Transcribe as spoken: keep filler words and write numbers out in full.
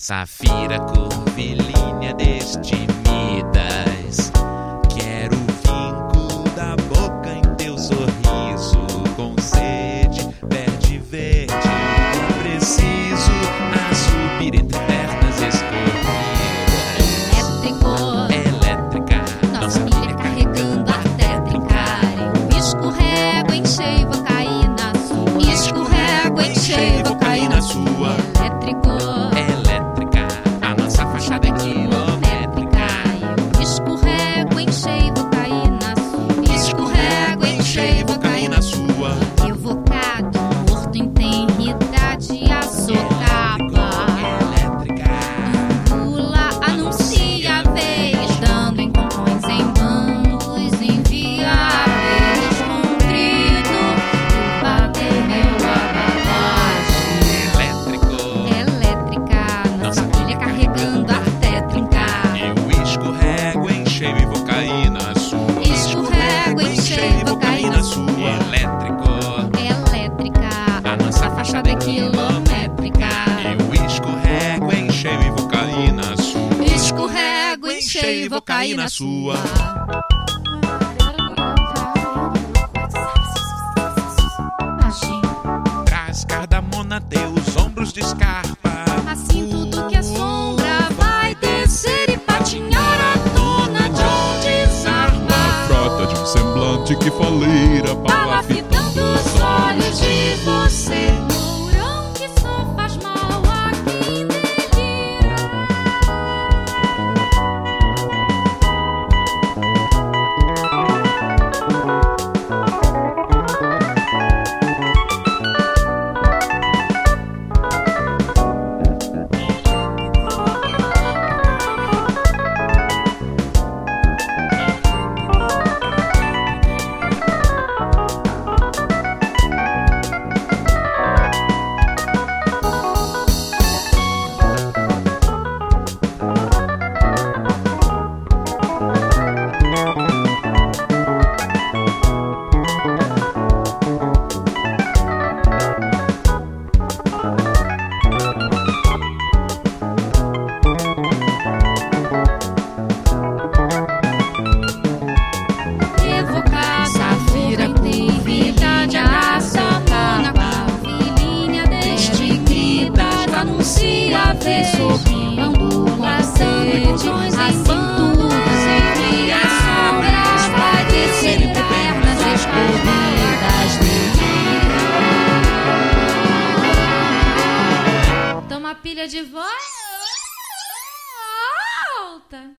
Safira, curvilínea destemidas, quero o vinco da boca em teu sorriso. Com sede, verde, verde, eu preciso a subir entre pernas escorridas. Elétrico, Elétrica, nossa milha carregando a tétrica. Eu escorrego em cheio e vou cair na sua. Escorrego em cheio e vou cair na sua. Elétrico, elétrica, a nossa fachada é quilométrica. eu escorrego em cheio e vou cair na sua. Escorrego em cheio e vou cair na sua. Evocado, morto em tenridade, a socapa. Elétrica, Pula, anuncia a vez, dando encontrões em bandos inviáveis. Com grito, o bater meu abacaxi. elétrico, Elétrica, nossa milha carregando a tétrica. eu escorrego em cheio e vou cair na sua. Escorrego em cheio e vou cair na sua. Elétrico, Elétrica, a nossa fachada é quilométrica. eu escorrego em cheio e vou cair na sua. Escorrego em cheio e vou cair na sua. Traz cardamona, teus ombros de escarpa. Assim tudo que é sombra vai descer e patinhar a dona de onde desarma. Frota de um semblante que faleira Palafitando os olhos de você, mourão que só faz mal a quem delira. Evocar safira, curvidade, a socapa. Filhinha destemidas, anuncia a vez. Sob ambulação, cordões em bandos enviáveis. Vai descer entre pernas escorridas. Delira. Toma pilha de volta.